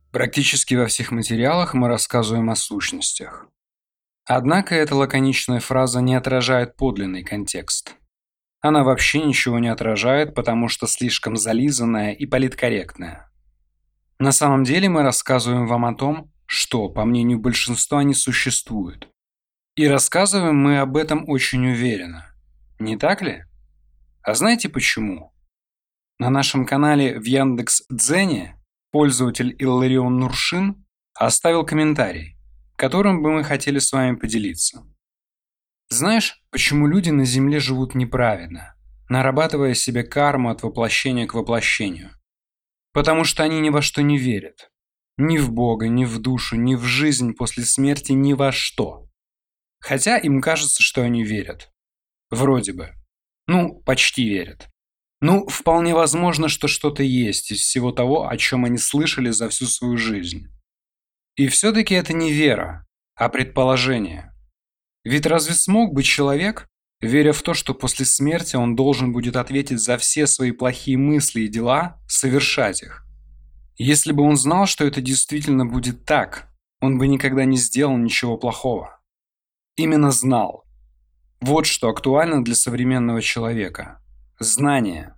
Практически во всех материалах мы рассказываем о сущностях. Однако эта лаконичная фраза не отражает подлинный контекст. Она вообще ничего не отражает, потому что слишком зализанная и политкорректная. На самом деле мы рассказываем вам о том, что, по мнению большинства, не существует. И рассказываем мы об этом очень уверенно. Не так ли? А знаете почему? На нашем канале в Яндекс.Дзене пользователь Илларион Нуршин оставил комментарий, которым бы мы хотели с вами поделиться. Знаешь, почему люди на Земле живут неправедно, нарабатывая себе карму от воплощения к воплощению? Потому что они ни во что не верят. Ни в Бога, ни в душу, ни в жизнь после смерти, ни во что. Хотя им кажется, что они верят. Вроде бы. Ну, почти верят. Ну, вполне возможно, что что-то есть из всего того, о чем они слышали за всю свою жизнь. И все-таки это не вера, а предположение. Ведь разве смог бы человек, веря в то, что после смерти он должен будет ответить за все свои плохие мысли и дела, совершать их? Если бы он знал, что это действительно будет так, он бы никогда не сделал ничего плохого. Именно знал. Вот что актуально для современного человека. Знание.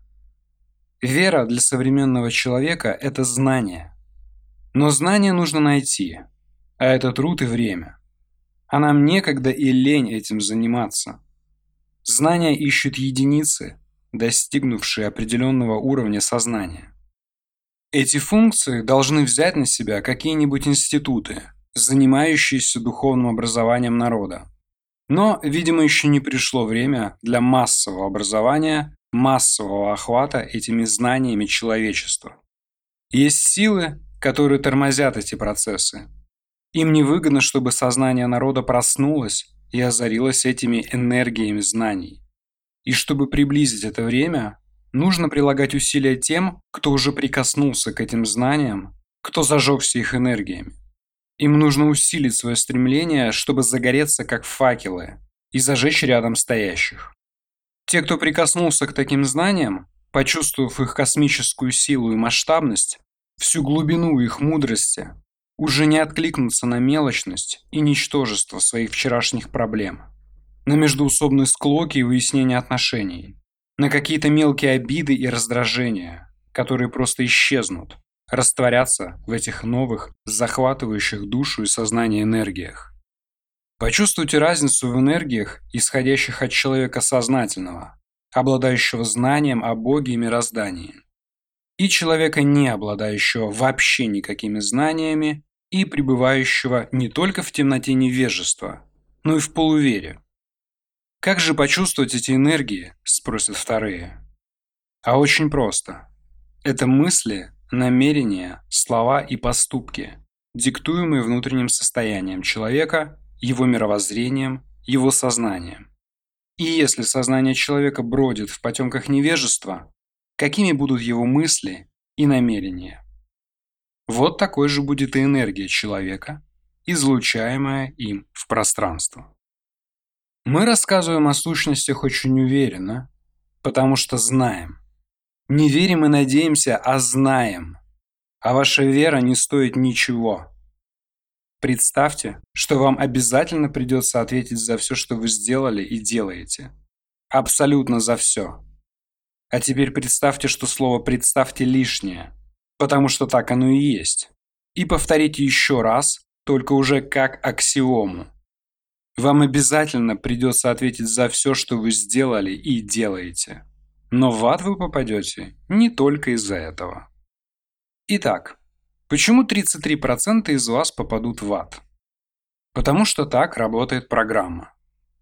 Вера для современного человека – это знание. Но знание нужно найти, а это труд и время. А нам некогда и лень этим заниматься. Знания ищут единицы, достигнувшие определенного уровня сознания. Эти функции должны взять на себя какие-нибудь институты, занимающиеся духовным образованием народа. Но, видимо, еще не пришло время для массового образования, массового охвата этими знаниями человечества. Есть силы, которые тормозят эти процессы. Им невыгодно, чтобы сознание народа проснулось и озарилось этими энергиями знаний. И чтобы приблизить это время, нужно прилагать усилия тем, кто уже прикоснулся к этим знаниям, кто зажегся их энергиями. Им нужно усилить свое стремление, чтобы загореться как факелы и зажечь рядом стоящих. Те, кто прикоснулся к таким знаниям, почувствовав их космическую силу и масштабность, всю глубину их мудрости, уже не откликнутся на мелочность и ничтожество своих вчерашних проблем, на междоусобные склоки и выяснение отношений, на какие-то мелкие обиды и раздражения, которые просто исчезнут, растворятся в этих новых, захватывающих душу и сознание энергиях. Почувствуйте разницу в энергиях, исходящих от человека сознательного, обладающего знанием о Боге и мироздании, и человека, не обладающего вообще никакими знаниями и пребывающего не только в темноте невежества, но и в полувере. Как же почувствовать эти энергии, спросят вторые. А очень просто. Это мысли, намерения, слова и поступки, диктуемые внутренним состоянием человека, его мировоззрением, его сознанием. И если сознание человека бродит в потемках невежества, какими будут его мысли и намерения? Вот такой же будет и энергия человека, излучаемая им в пространство. Мы рассказываем о сущностях очень уверенно, потому что знаем. Не верим и надеемся, а знаем. А ваша вера не стоит ничего. Представьте, что вам обязательно придется ответить за все, что вы сделали и делаете. Абсолютно за все. А теперь представьте, что слово «представьте» лишнее, потому что так оно и есть. И повторите еще раз, только уже как аксиому. Вам обязательно придется ответить за все, что вы сделали и делаете. Но в ад вы попадете не только из-за этого. Итак, почему 33% из вас попадут в ад? Потому что так работает программа.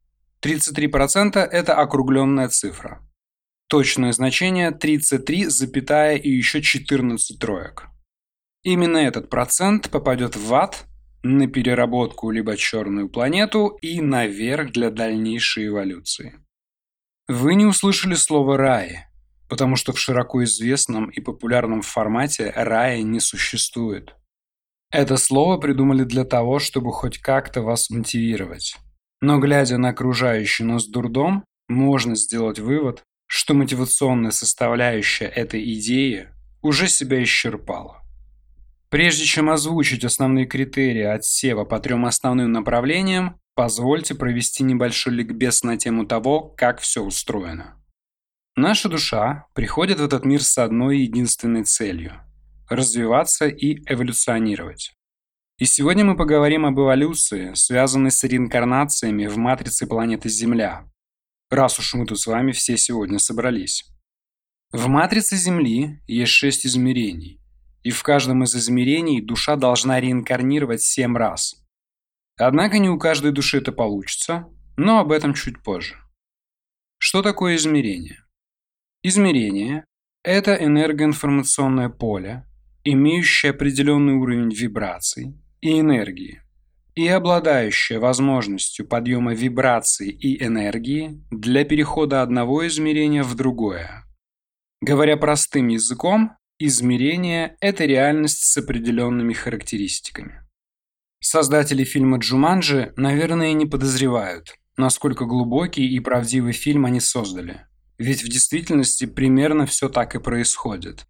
33% – это округленная цифра. Точное значение 33, запятая и еще 14 троек. Именно этот процент попадет в ад, на переработку либо черную планету и наверх для дальнейшей эволюции. Вы не услышали слово «рай», потому что в широко известном и популярном формате рая не существует. Это слово придумали для того, чтобы хоть как-то вас мотивировать. Но глядя на окружающий нас дурдом, можно сделать вывод, что мотивационная составляющая этой идеи уже себя исчерпала. Прежде чем озвучить основные критерии отсева по 3 основным направлениям, позвольте провести небольшой ликбез на тему того, как все устроено. Наша душа приходит в этот мир с одной единственной целью – развиваться и эволюционировать. И сегодня мы поговорим об эволюции, связанной с реинкарнациями в матрице планеты Земля, раз уж мы тут с вами все сегодня собрались. В матрице Земли есть 6 измерений, и в каждом из измерений душа должна реинкарнировать 7 раз. Однако не у каждой души это получится, но об этом чуть позже. Что такое измерение? Измерение – это энергоинформационное поле, имеющее определенный уровень вибраций и энергии, и обладающее возможностью подъема вибраций и энергии для перехода одного измерения в другое. Говоря простым языком, измерение – это реальность с определенными характеристиками. Создатели фильма «Джуманджи», наверное, не подозревают, насколько глубокий и правдивый фильм они создали. Ведь в действительности примерно все так и происходит.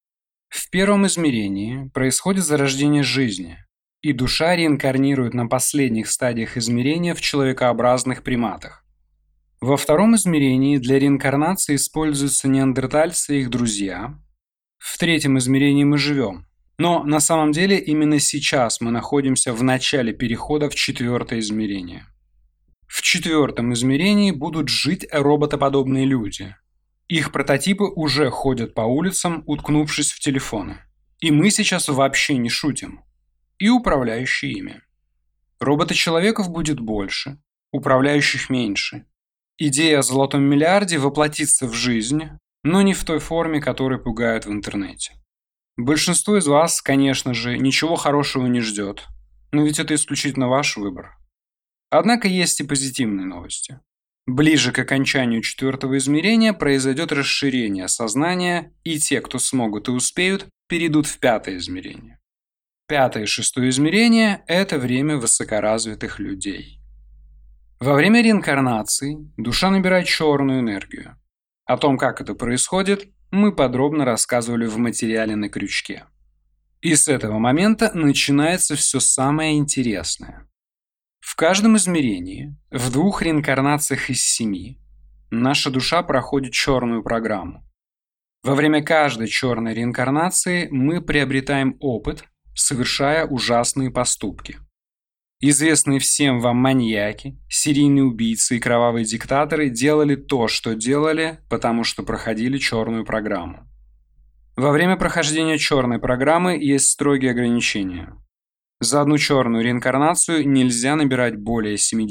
В первом измерении происходит зарождение жизни, и душа реинкарнирует на последних стадиях измерения в человекообразных приматах. Во втором измерении для реинкарнации используются неандертальцы и их друзья. В третьем измерении мы живем. Но на самом деле именно сейчас мы находимся в начале перехода в четвертое измерение. В четвертом измерении будут жить роботоподобные люди. Их прототипы уже ходят по улицам, уткнувшись в телефоны. И мы сейчас вообще не шутим. И управляющие ими. Робота-человеков будет больше, управляющих меньше. Идея о золотом миллиарде воплотится в жизнь, но не в той форме, которой пугают в интернете. Большинство из вас, конечно же, ничего хорошего не ждет, но ведь это исключительно ваш выбор. Однако есть и позитивные новости. Ближе к окончанию четвертого измерения произойдет расширение сознания, и те, кто смогут и успеют, перейдут в пятое измерение. Пятое и шестое измерение – это время высокоразвитых людей. Во время реинкарнации душа набирает черную энергию. О том, как это происходит, мы подробно рассказывали в материале на крючке. И с этого момента начинается все самое интересное. В каждом измерении, в 2 реинкарнациях из 7, наша душа проходит черную программу. Во время каждой черной реинкарнации мы приобретаем опыт, совершая ужасные поступки. Известные всем вам маньяки, серийные убийцы и кровавые диктаторы делали то, что делали, потому что проходили черную программу. Во время прохождения черной программы есть строгие ограничения. За одну черную реинкарнацию нельзя набирать более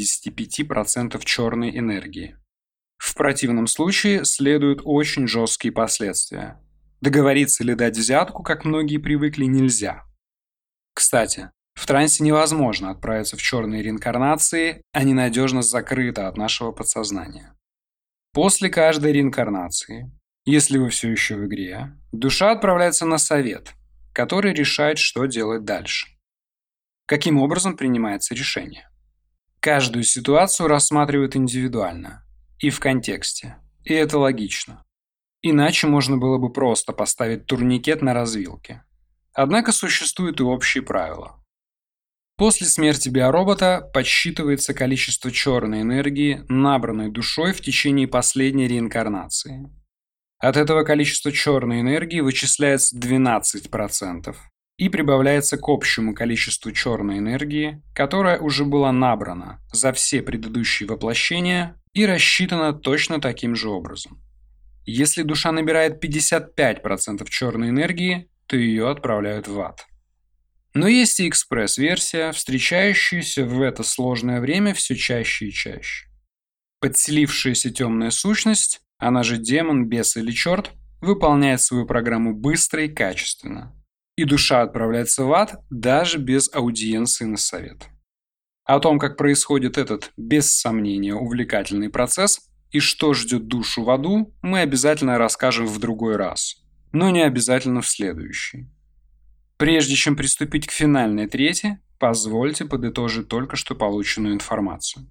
75% черной энергии. В противном случае следуют очень жесткие последствия. Договориться или дать взятку, как многие привыкли, нельзя. Кстати, в трансе невозможно отправиться в черные реинкарнации, они надежно закрыты от нашего подсознания. После каждой реинкарнации, если вы все еще в игре, душа отправляется на совет, который решает, что делать дальше. Каким образом принимается решение? Каждую ситуацию рассматривают индивидуально и в контексте, и это логично. Иначе можно было бы просто поставить турникет на развилке. Однако существуют и общие правила. После смерти биоробота подсчитывается количество черной энергии, набранной душой в течение последней реинкарнации. От этого количества черной энергии вычисляется 12% и прибавляется к общему количеству черной энергии, которая уже была набрана за все предыдущие воплощения и рассчитана точно таким же образом. Если душа набирает 55% черной энергии, то ее отправляют в ад. Но есть и экспресс-версия, встречающаяся в это сложное время все чаще и чаще. Подселившаяся темная сущность, она же демон, бес или черт, выполняет свою программу быстро и качественно. И душа отправляется в ад даже без аудиенции на совет. О том, как происходит этот, без сомнения, увлекательный процесс и что ждет душу в аду, мы обязательно расскажем в другой раз, но не обязательно в следующий. Прежде чем приступить к финальной трети, позвольте подытожить только что полученную информацию.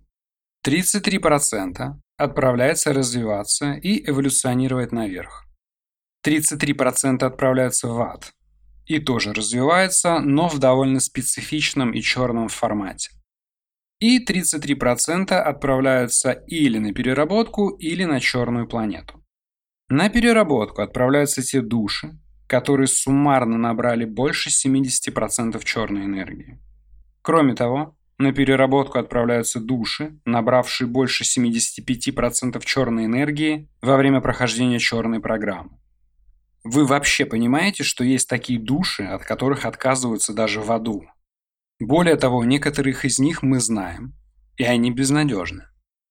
33% отправляется развиваться и эволюционировать наверх. 33% отправляются в ад. и тоже развивается, но в довольно специфичном и черном формате. И 33% отправляются или на переработку, или на черную планету. На переработку отправляются те души, которые суммарно набрали больше 70% черной энергии. Кроме того, на переработку отправляются души, набравшие больше 75% черной энергии во время прохождения черной программы. Вы вообще понимаете, что есть такие души, от которых отказываются даже в аду? Более того, некоторых из них мы знаем, и они безнадежны.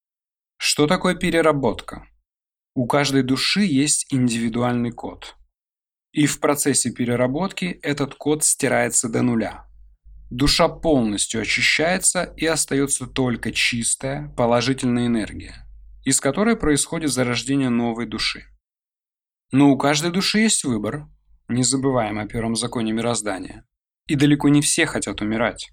Что такое переработка? У каждой души есть индивидуальный код. И в процессе переработки этот код стирается до нуля. Душа полностью очищается, и остается только чистая, положительная энергия, из которой происходит зарождение новой души. Но у каждой души есть выбор, не забываем о первом законе мироздания, и далеко не все хотят умирать.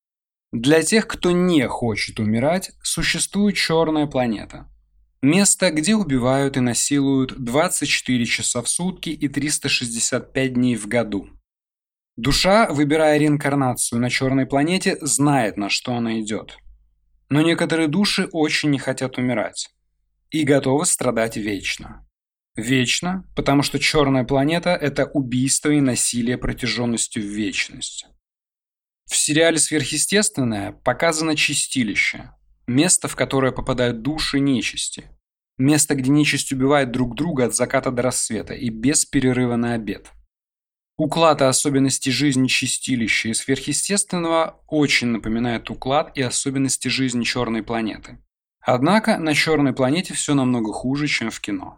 Для тех, кто не хочет умирать, существует черная планета. Место, где убивают и насилуют 24 часа в сутки и 365 дней в году. Душа, выбирая реинкарнацию на черной планете, знает, на что она идет. Но некоторые души очень не хотят умирать и готовы страдать вечно. Вечно, потому что черная планета – это убийство и насилие протяженностью в вечность. В сериале «Сверхъестественное» показано чистилище, место, в которое попадают души нечисти. Место, где нечисть убивает друг друга от заката до рассвета и без перерыва на обед. Уклад и особенности жизни чистилища и сверхъестественного очень напоминает уклад и особенности жизни черной планеты. Однако на черной планете все намного хуже, чем в кино.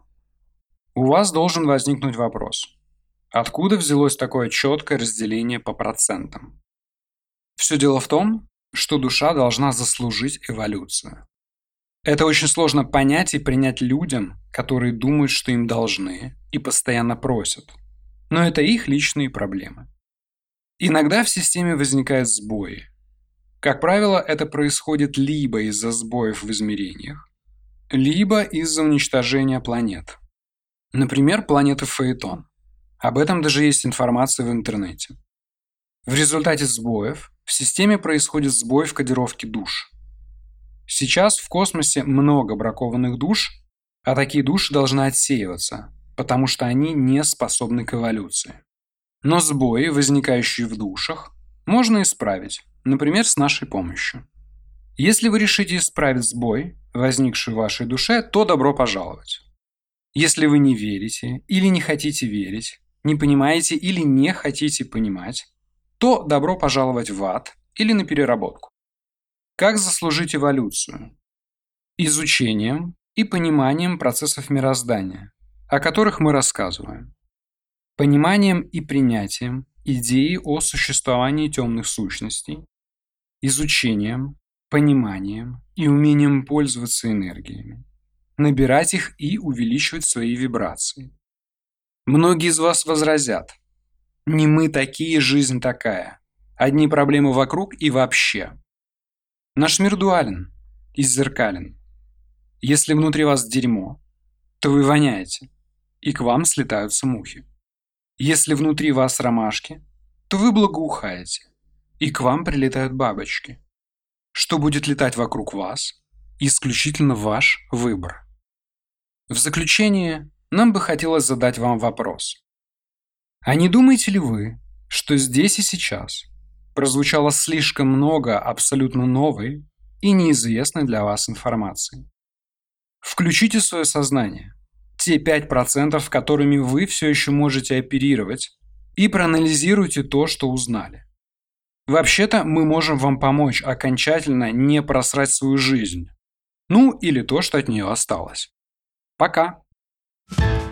У вас должен возникнуть вопрос. Откуда взялось такое четкое разделение по процентам? Все дело в том, что душа должна заслужить эволюцию. Это очень сложно понять и принять людям, которые думают, что им должны, и постоянно просят. Но это их личные проблемы. Иногда в системе возникают сбои. Как правило, это происходит либо из-за сбоев в измерениях, либо из-за уничтожения планет. Например, планеты Фаэтон. Об этом даже есть информация в интернете. В результате сбоев в системе происходит сбой в кодировке душ. Сейчас в космосе много бракованных душ, а такие души должны отсеиваться, потому что они не способны к эволюции. Но сбои, возникающие в душах, можно исправить, например, с нашей помощью. Если вы решите исправить сбой, возникший в вашей душе, то добро пожаловать. Если вы не верите или не хотите верить, не понимаете или не хотите понимать, то добро пожаловать в ад или на переработку. Как заслужить эволюцию? Изучением и пониманием процессов мироздания, о которых мы рассказываем. Пониманием и принятием идеи о существовании темных сущностей. Изучением, пониманием и умением пользоваться энергиями. Набирать их и увеличивать свои вибрации. Многие из вас возразят: не мы такие, жизнь такая. Одни проблемы вокруг и вообще. Наш мир дуален и зеркален. Если внутри вас дерьмо, то вы воняете, и к вам слетаются мухи. Если внутри вас ромашки, то вы благоухаете, и к вам прилетают бабочки. Что будет летать вокруг вас – исключительно ваш выбор. В заключение нам бы хотелось задать вам вопрос. А не думаете ли вы, что здесь и сейчас прозвучало слишком много абсолютно новой и неизвестной для вас информации? Включите свое сознание, те 5%, которыми вы все еще можете оперировать, и проанализируйте то, что узнали. Вообще-то мы можем вам помочь окончательно не просрать свою жизнь. Ну, или то, что от нее осталось. Пока!